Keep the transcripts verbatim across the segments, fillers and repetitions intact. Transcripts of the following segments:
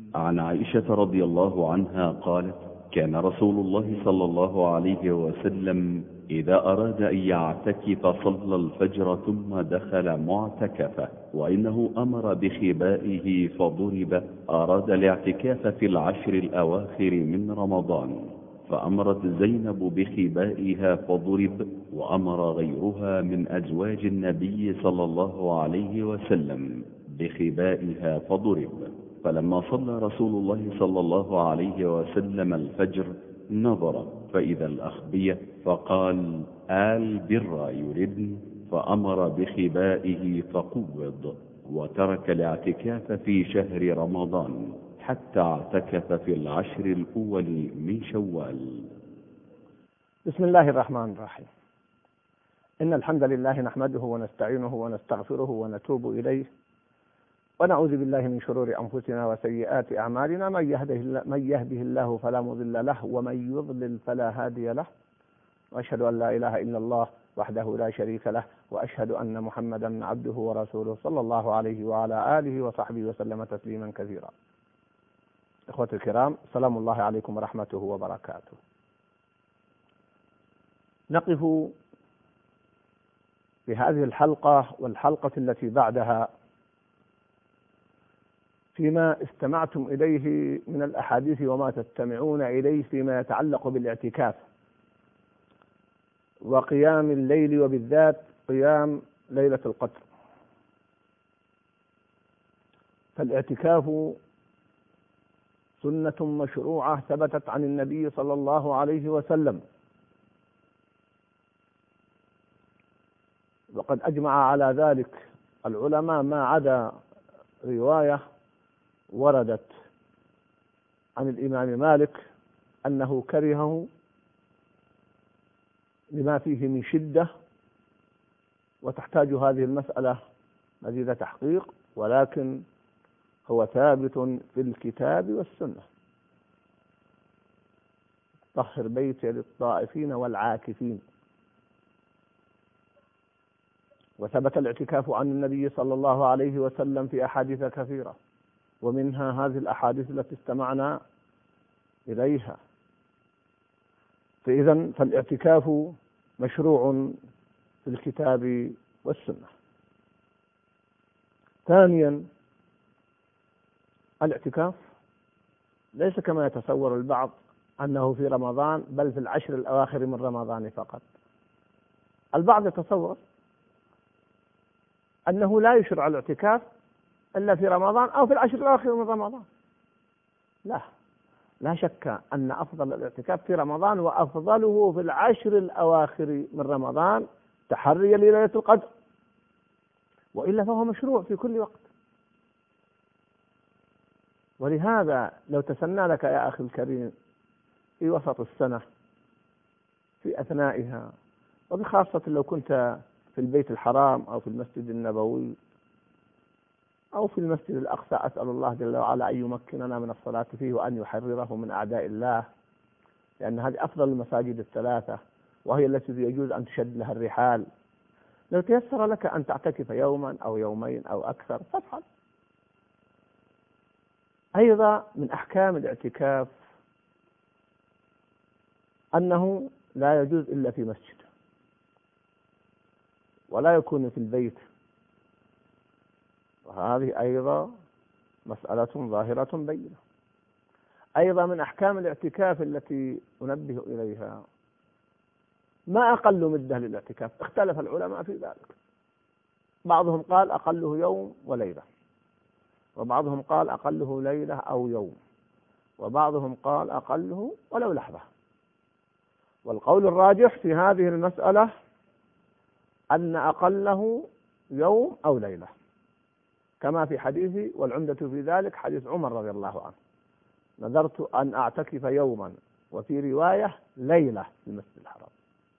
عن عائشة رضي الله عنها قالت: كان رسول الله صلى الله عليه وسلم إذا أراد أن يعتكف صلى الفجر ثم دخل معتكفه، وإنه أمر بخبائه فضرب. أراد الاعتكاف في العشر الأواخر من رمضان، فأمرت زينب بخبائها فضرب، وأمر غيرها من أزواج النبي صلى الله عليه وسلم بخبائها فضرب. فلما صلى رسول الله صلى الله عليه وسلم الفجر نظر فإذا الأخبية، فقال: آل بر يردن، فأمر بخبائه فقوض، وترك الاعتكاف في شهر رمضان حتى اعتكف في العشر الأول من شوال. بسم الله الرحمن الرحيم. إن الحمد لله نحمده ونستعينه ونستغفره ونتوب إليه، ونعوذ بالله من شرور أنفسنا وسيئات أعمالنا. من يهده الله, من يهده الله فلا مضل له، ومن يضلل فلا هادي له. وأشهد أن لا إله إلا الله وحده لا شريك له، وأشهد أن محمدا عبده ورسوله صلى الله عليه وعلى آله وصحبه وسلم تسليما كثيرا. إخوة الكرام، سلام الله عليكم ورحمته وبركاته. نقف في هذه الحلقة والحلقة التي بعدها فيما استمعتم إليه من الأحاديث وما تستمعون إليه فيما يتعلق بالاعتكاف وقيام الليل، وبالذات قيام ليلة القدر. فالاعتكاف سنة مشروعة ثبتت عن النبي صلى الله عليه وسلم، وقد أجمع على ذلك العلماء ما عدا رواية وردت عن الإمام مالك أنه كرهه لما فيه من شدة، وتحتاج هذه المسألة مزيد تحقيق، ولكن هو ثابت في الكتاب والسنة. طهر بيتي للطائفين والعاكفين. وثبت الاعتكاف عن النبي صلى الله عليه وسلم في أحاديث كثيرة، ومنها هذه الأحاديث التي استمعنا إليها. فإذا فالاعتكاف مشروع في الكتاب والسنة. ثانيا، الاعتكاف ليس كما يتصور البعض أنه في رمضان، بل في العشر الأواخر من رمضان فقط. البعض يتصور أنه لا يشرع الاعتكاف إلا في رمضان أو في العشر الأواخر من رمضان. لا لا شك أن أفضل الاعتكاف في رمضان، وأفضله في العشر الأواخر من رمضان تحريا لليلة القدر، وإلا فهو مشروع في كل وقت. ولهذا لو تسنى لك يا أخي الكريم في وسط السنة، في أثنائها، وبخاصة لو كنت في البيت الحرام أو في المسجد النبوي أو في المسجد الأقصى، أسأل الله جل وعلا أن يمكننا من الصلاة فيه وأن يحرره من أعداء الله، لأن هذه أفضل المساجد الثلاثة، وهي التي يجوز أن تشد لها الرحال. لو تيسر لك أن تعتكف يوما أو يومين أو أكثر فافعل. أيضا من أحكام الاعتكاف أنه لا يجوز إلا في مسجد، ولا يكون في البيت، وهذه أيضا مسألة ظاهرة بينة. أيضا من أحكام الاعتكاف التي أنبه إليها ما أقل مدة للاعتكاف. اختلف العلماء في ذلك، بعضهم قال أقله يوم وليلة، وبعضهم قال أقله ليلة أو يوم، وبعضهم قال أقله ولو لحظة. والقول الراجح في هذه المسألة أن أقله يوم أو ليلة، كما في حديث، والعمدة في ذلك حديث عمر رضي الله عنه: نذرت أن أعتكف يوما، وفي رواية ليلة في المسجد الحرام.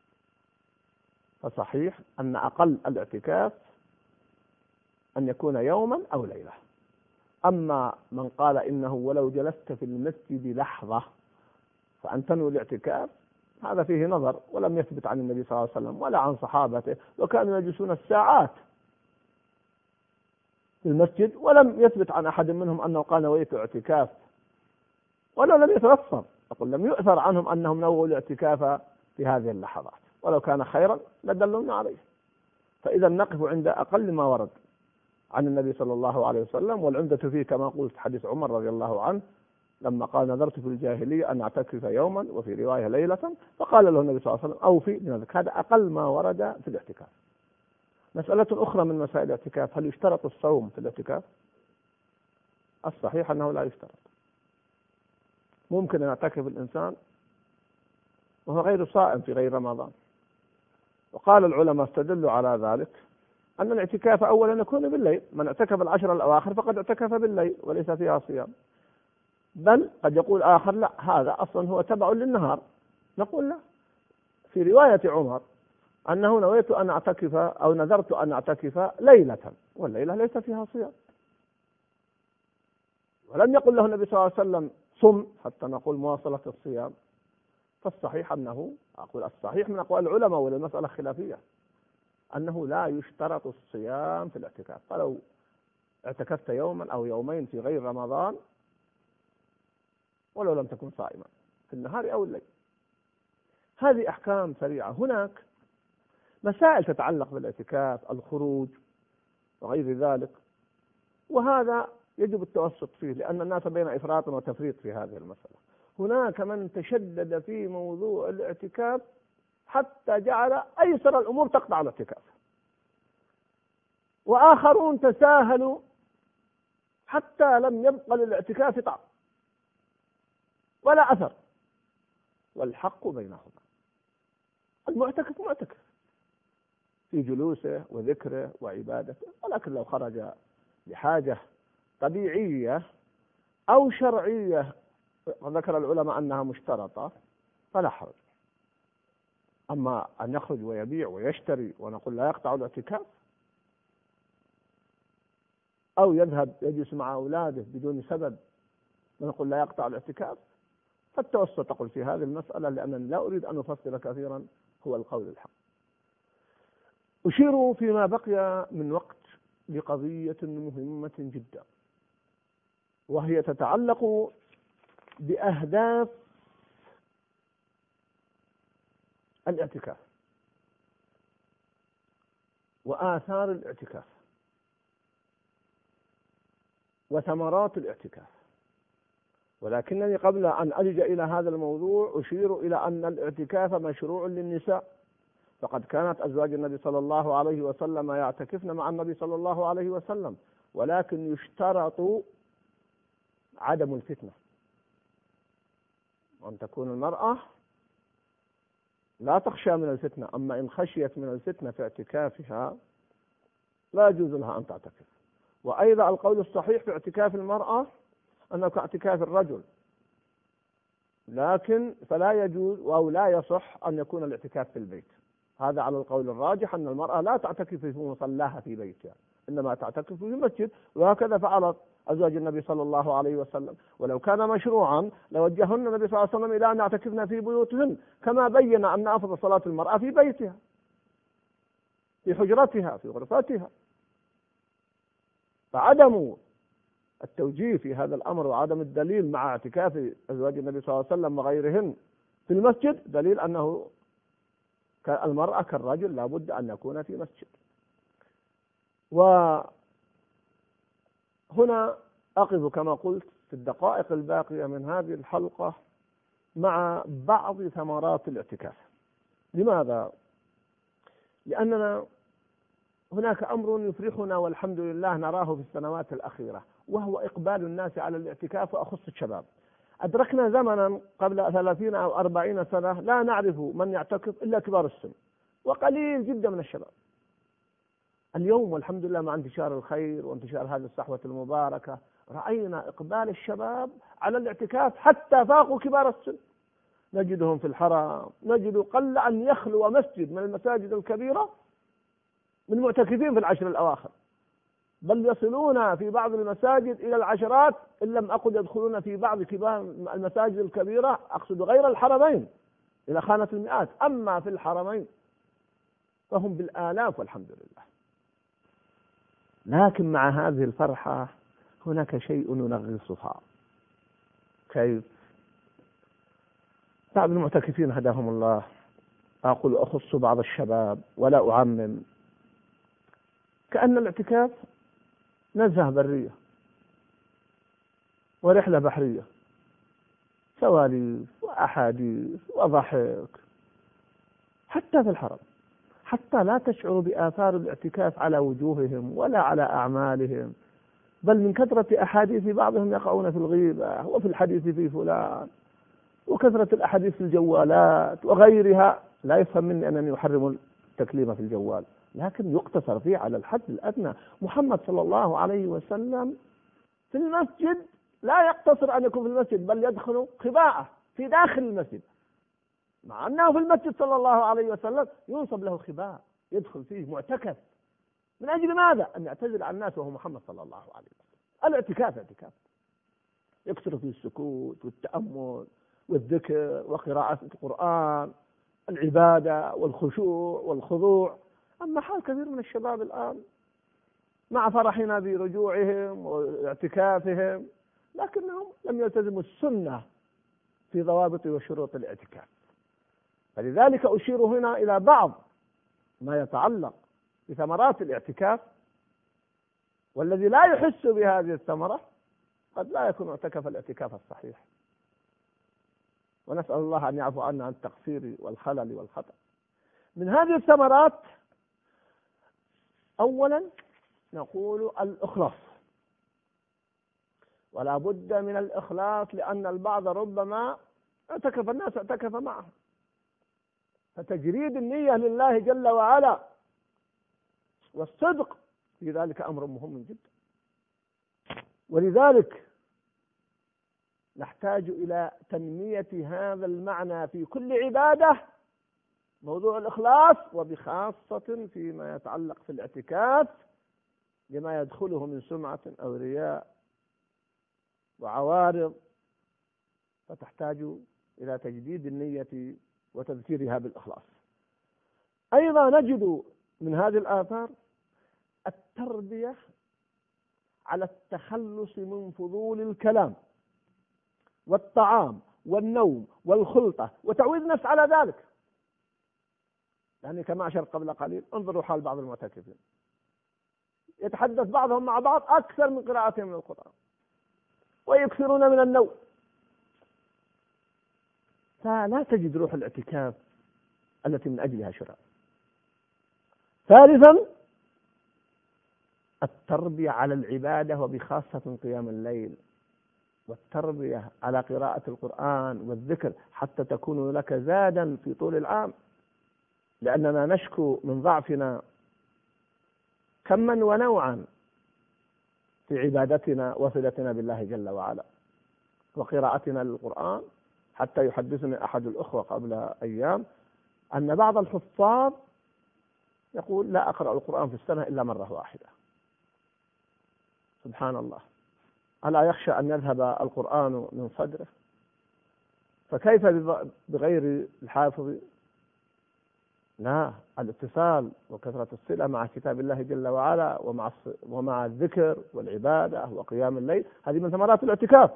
فصحيح أن أقل الاعتكاف أن يكون يوما أو ليلة. أما من قال إنه ولو جلست في المسجد لحظة فأن تنوي الاعتكاف، هذا فيه نظر، ولم يثبت عن النبي صلى الله عليه وسلم ولا عن صحابته، وكانوا يجلسون الساعات في المسجد، ولم يثبت عن أحد منهم أنه قال نويت اعتكاف، ولو لم يتوفر، أقول لم يؤثر عنهم أنهم نووا الاعتكاف في هذه اللحظات، ولو كان خيرا لدلونا عليه. فإذا نقف عند أقل ما ورد عن النبي صلى الله عليه وسلم، والعمدة فيه كما قلت حديث عمر رضي الله عنه لما قال نذرت في الجاهلية أن أعتكف يوما، وفي رواية ليلة، فقال له النبي صلى الله عليه وسلم أوفي بذلك. هذا أقل ما ورد في الاعتكاف. مسألة أخرى من مسائل الاعتكاف، هل يشترط الصوم في الاعتكاف؟ الصحيح أنه لا يشترط. ممكن أن يعتكف الإنسان وهو غير صائم في غير رمضان، وقال العلماء استدلوا على ذلك أن الاعتكاف أولا يكون بالليل، من اعتكف العشر الأواخر فقد اعتكف بالليل وليس فيها صيام. بل قد يقول آخر لا، هذا أصلا هو تبع للنهار، نقول لا، في رواية عمر أنه نويت أن أعتكف أو نذرت أن أعتكف ليلة، والليلة ليس فيها صيام. ولم يقل له النبي صلى الله عليه وسلم صم حتى نقول مواصلة الصيام. فالصحيح أنه، أقول الصحيح من أقوال العلماء وللمسألة خلافية، أنه لا يشترط الصيام في الاعتكاف، فلو اعتكفت يوما أو يومين في غير رمضان ولو لم تكن صائما في النهار أو الليل. هذه أحكام سريعة. هناك مسائل تتعلق بالاعتكاف، الخروج وغير ذلك، وهذا يجب التوسط فيه لأن الناس بين إفراط وتفريط في هذه المسألة. هناك من تشدد في موضوع الاعتكاف حتى جعل أيسر الأمور تقطع الاعتكاف، وآخرون تساهلوا حتى لم يبقى للاعتكاف طعم ولا أثر، والحق بينهما. المعتكف معتكف في جلوسه وذكره وعبادته، ولكن لو خرج لحاجة طبيعية أو شرعية وذكر العلماء أنها مشترطة فلا حرج. أما أن يخرج ويبيع ويشتري ونقول لا يقطع الاعتكاف، أو يذهب يجلس مع أولاده بدون سبب ونقول لا يقطع الاعتكاف، فالتوسط أقول في هذه المسألة لأنني لا أريد أن أفصل كثيرا هو القول الحق. أشير فيما بقي من وقت لقضية مهمة جدا، وهي تتعلق بأهداف الاعتكاف وآثار الاعتكاف وثمرات الاعتكاف. ولكنني قبل أن ألجأ إلى هذا الموضوع أشير إلى أن الاعتكاف مشروع للنساء، فقد كانت أزواج النبي صلى الله عليه وسلم يعتكفن مع النبي صلى الله عليه وسلم، ولكن يشترط عدم الفتنة، وأن تكون المرأة لا تخشى من الفتنة. أما إن خشيت من الفتنة في اعتكافها لا يجوز لها أن تعتكف. وأيضا القول الصحيح في اعتكاف المرأة أنه كاعتكاف الرجل، لكن فلا يجوز أو لا يصح أن يكون الاعتكاف في البيت. هذا على القول الراجح أن المرأة لا تعتكف في مصلاها في بيتها، إنما تعتكف في المسجد، وهكذا فعلت أزواج النبي صلى الله عليه وسلم. ولو كان مشروعا لوجههن النبي صلى الله عليه وسلم إلى أن يعتكفن في بيوتهن، كما بين أن أفضل صلاة المرأة في بيتها في حجرتها في غرفتها. فعدم التوجيه في هذا الأمر وعدم الدليل مع اعتكاف أزواج النبي صلى الله عليه وسلم وغيرهن في المسجد دليل أنه المرأة كالرجل لا بد أن يكون في مسجد. وهنا أقف كما قلت في الدقائق الباقية من هذه الحلقة مع بعض ثمرات الاعتكاف. لماذا؟ لأننا هناك أمر يفرحنا والحمد لله نراه في السنوات الأخيرة، وهو إقبال الناس على الاعتكاف، وأخص الشباب. أدركنا زمنا قبل ثلاثين أو أربعين سنة لا نعرف من يعتكف إلا كبار السن، وقليل جدا من الشباب. اليوم والحمد لله مع انتشار الخير وانتشار هذه الصحوة المباركة رأينا إقبال الشباب على الاعتكاف حتى فاقوا كبار السن. نجدهم في الحرم، نجد قل أن يخلو مسجد من المساجد الكبيرة من معتكفين في العشر الأواخر، بل يصلون في بعض المساجد إلى العشرات إن لم أقل يدخلون في بعض كبار المساجد الكبيرة، أقصد غير الحرمين، إلى خانة المئات. أما في الحرمين فهم بالآلاف والحمد لله. لكن مع هذه الفرحة هناك شيء ينغصها. كيف؟ بعض المعتكفين هداهم الله، أقول أخص بعض الشباب ولا أعمم، كأن الاعتكاف نزهة برية ورحلة بحرية، سواليف وأحاديث وضحك حتى في الحرم، حتى لا تشعر بآثار الاعتكاف على وجوههم ولا على أعمالهم، بل من كثرة أحاديث بعضهم يقعون في الغيبة وفي الحديث في فلان وكثرة الأحاديث في الجوالات وغيرها. لا يفهم مني أنني أحرم التكليم في الجوال، لكن يقتصر فيه على الحد الأدنى. محمد صلى الله عليه وسلم في المسجد لا يقتصر أن يكون في المسجد، بل يدخل خباءه في داخل المسجد، مع أنه في المسجد صلى الله عليه وسلم ينصب له خباء يدخل فيه معتكف. من أجل ماذا؟ أن يعتزل عن الناس وهو محمد صلى الله عليه وسلم. الاعتكاف اعتكاف يكثر فيه السكوت والتأمل والذكر وقراءة القرآن، العبادة والخشوع والخضوع. أما حال كثير من الشباب الآن مع فرحنا برجوعهم واعتكافهم، لكنهم لم يلتزموا السنة في ضوابط وشروط الاعتكاف. فلذلك أشير هنا إلى بعض ما يتعلق بثمرات الاعتكاف، والذي لا يحس بهذه الثمرة قد لا يكون اعتكف الاعتكاف الصحيح. ونسأل الله أن يعفو عنا عن التقصير والخلل والخطأ. من هذه الثمرات أولا نقول الإخلاص، ولا بد من الإخلاص، لأن البعض ربما اعتكف الناس اعتكف معه، فتجريد النية لله جل وعلا والصدق في ذلك أمر مهم جدا. ولذلك نحتاج إلى تنمية هذا المعنى في كل عبادة، موضوع الإخلاص، وبخاصة فيما يتعلق في الاعتكاف لما يدخله من سمعة أو رياء وعوارض، فتحتاج إلى تجديد النية وتذكيرها بالإخلاص. أيضا نجد من هذه الآثار التربية على التخلص من فضول الكلام والطعام والنوم والخلطة وتعويد النفس على ذلك. يعني كما أشرت قبل قليل، انظروا حال بعض المعتكفين، يتحدث بعضهم مع بعض أكثر من قراءتهم من القرآن، ويكثرون من النوم، فلا تجد روح الاعتكاف التي من أجلها شرع. ثالثا التربية على العبادة وبخاصة قيام الليل، والتربية على قراءة القرآن والذكر حتى تكون لك زادا في طول العام، لأننا نشكو من ضعفنا كما ونوعا في عبادتنا وصلتنا بالله جل وعلا وقراءتنا للقرآن. حتى يحدثني أحد الأخوة قبل أيام أن بعض الحفاظ يقول لا أقرأ القرآن في السنة إلا مرة واحدة. سبحان الله، ألا يخشى أن يذهب القرآن من صدره؟ فكيف بغير الحافظ؟ لا، الاتصال وكثرة الصلة مع كتاب الله جل وعلا ومع ومع الذكر والعبادة وقيام الليل، هذه من ثمرات الاعتكاف.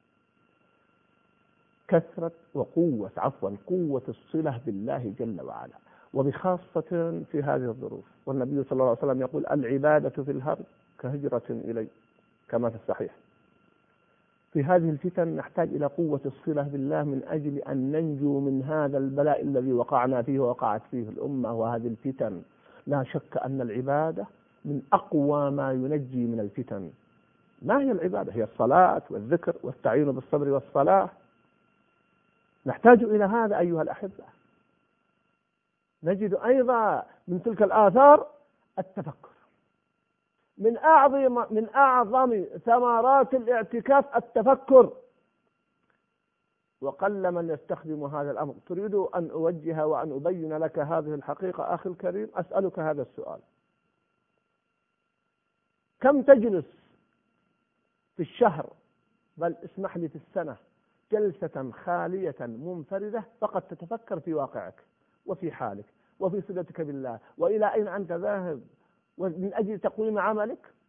كثرة وقوة عفوا قوة الصلة بالله جل وعلا، وبخاصة في هذه الظروف. والنبي صلى الله عليه وسلم يقول العبادة في الهرب كهجرة إلي، كما في الصحيح. في هذه الفتن نحتاج إلى قوة الصلة بالله من أجل أن ننجو من هذا البلاء الذي وقعنا فيه ووقعت فيه الأمة وهذه الفتن. لا شك أن العبادة من أقوى ما ينجي من الفتن. ما هي العبادة؟ هي الصلاة والذكر والتعين بالصبر والصلاة. نحتاج إلى هذا أيها الأحبة. نجد أيضا من تلك الآثار التفكر. من أعظم من أعظم ثمرات الاعتكاف التفكر، وقل من يستخدم هذا الأمر. تريد أن أوجه وأن أبين لك هذه الحقيقة أخي الكريم؟ أسألك هذا السؤال: كم تجلس في الشهر، بل اسمح لي في السنة، جلسة خالية منفردة فقط تتفكر في واقعك وفي حالك وفي صلتك بالله وإلى أين أنت ذاهب ومن أجل تقويم عملك؟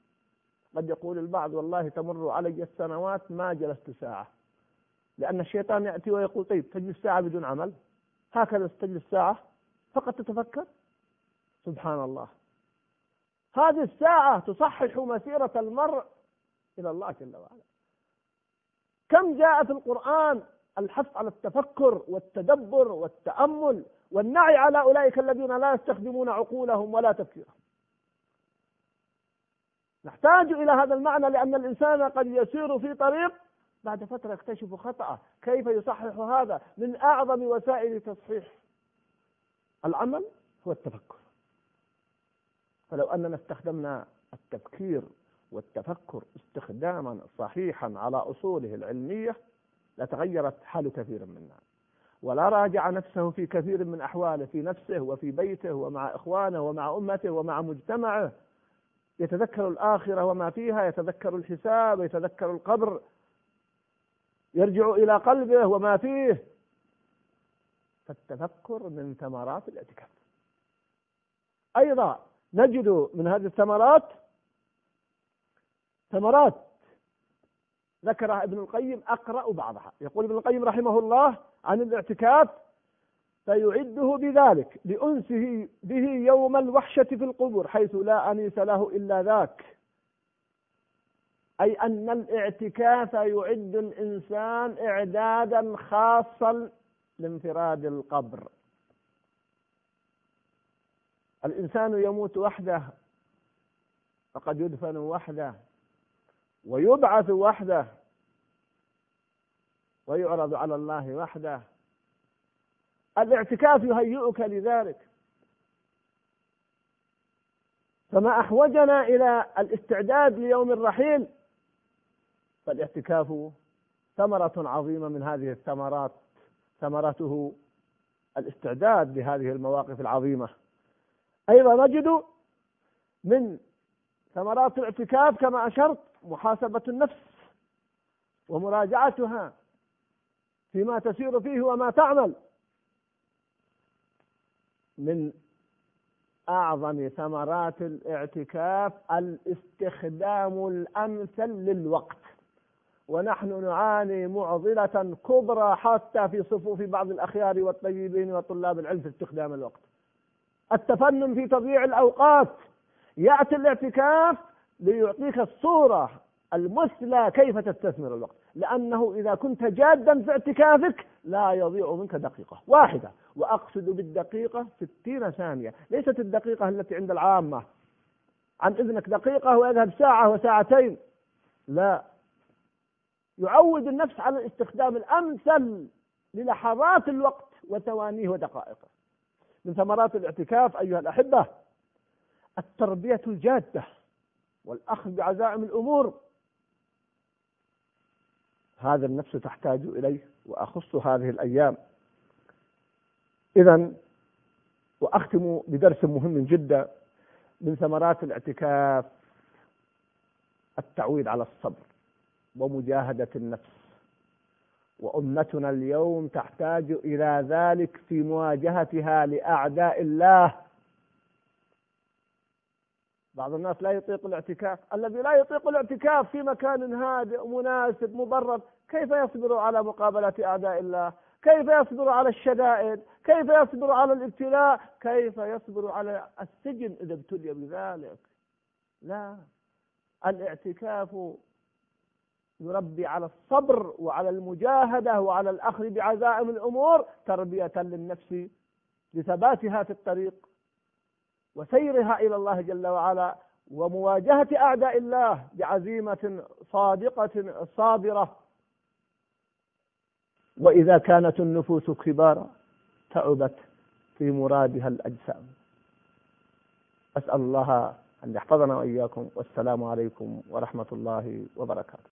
قد يقول البعض والله تمر علي السنوات ما جلست ساعة، لأن الشيطان يأتي ويقول طيب تجلس ساعة بدون عمل، هكذا تجلس ساعة فقط تتفكر. سبحان الله، هذه الساعة تصحح مسيرة المرء إلى الله جل وعلا. كم جاء في القرآن الحث على التفكر والتدبر والتأمل والنعي على أولئك الذين لا يستخدمون عقولهم ولا تفكيرهم. نحتاج إلى هذا المعنى، لأن الإنسان قد يسير في طريق بعد فترة يكتشف خطأه. كيف يصحح هذا؟ من أعظم وسائل تصحيح العمل هو التفكر. فلو أننا استخدمنا التفكير والتفكر استخداما صحيحا على أصوله العلمية لتغيرت حال كثير منا، ولا راجع نفسه في كثير من أحواله، في نفسه وفي بيته ومع إخوانه ومع أمته ومع مجتمعه، يتذكر الآخرة وما فيها، يتذكر الحساب، يتذكر القبر، يرجع إلى قلبه وما فيه. فالتفكر من ثمرات الاعتكاف. أيضا نجد من هذه الثمرات ثمرات ذكرها ابن القيم، أقرأ بعضها. يقول ابن القيم رحمه الله عن الاعتكاف: فيعده بذلك لأنسه به يوم الوحشة في القبور حيث لا أنيس له إلا ذاك. أي أن الاعتكاف يعد الإنسان إعدادا خاصا لانفراد القبر. الإنسان يموت وحده، فقد يدفن وحده، ويبعث وحده، ويعرض على الله وحده. الاعتكاف يهيئك لذلك. فما أحوجنا إلى الاستعداد ليوم الرحيل، فالاعتكاف ثمرة عظيمة من هذه الثمرات، ثمرته الاستعداد لهذه المواقف العظيمة. أيضا نجد من ثمرات الاعتكاف كما أشرت محاسبة النفس ومراجعتها فيما تسير فيه وما تعمل. من أعظم ثمرات الاعتكاف الاستخدام الأمثل للوقت، ونحن نعاني معضلة كبرى حتى في صفوف بعض الأخيار والطيبين وطلاب العلم في استخدام الوقت، التفنن في تضييع الأوقات. يأتي الاعتكاف ليعطيك الصورة المثلى كيف تستثمر الوقت، لأنه إذا كنت جادا في اعتكافك لا يضيع منك دقيقة واحدة، وأقصد بالدقيقة ستين ثانية، ليست الدقيقة التي عند العامة عن إذنك دقيقة ويذهب ساعة وساعتين، لا، يعود النفس على الاستخدام الأمثل للحظات الوقت وثوانيه ودقائقه. من ثمرات الاعتكاف أيها الأحبة التربية الجادة والأخذ بعزائم الأمور. هذا النفس تحتاج إليه، وأخص هذه الأيام. إذن وأختم بدرس مهم جدا من ثمرات الاعتكاف التعويد على الصبر ومجاهدة النفس، وأمتنا اليوم تحتاج إلى ذلك في مواجهتها لأعداء الله. بعض الناس لا يطيق الاعتكاف. الذي لا يطيق الاعتكاف في مكان هادئ مناسب مبرد كيف يصبر على مقابلة أعداء الله؟ كيف يصبر على الشدائد؟ كيف يصبر على الابتلاء؟ كيف يصبر على السجن إذا ابتلي بذلك؟ لا، الاعتكاف يربي على الصبر وعلى المجاهدة وعلى الأخذ بعزائم الأمور تربية للنفس لثباتها في الطريق وسيرها إلى الله جل وعلا، ومواجهة أعداء الله بعزيمة صادقة صابرة. وإذا كانت النفوس كبارا تعبت في مرادها الأجسام. أسأل الله أن يحفظنا وإياكم، والسلام عليكم ورحمة الله وبركاته.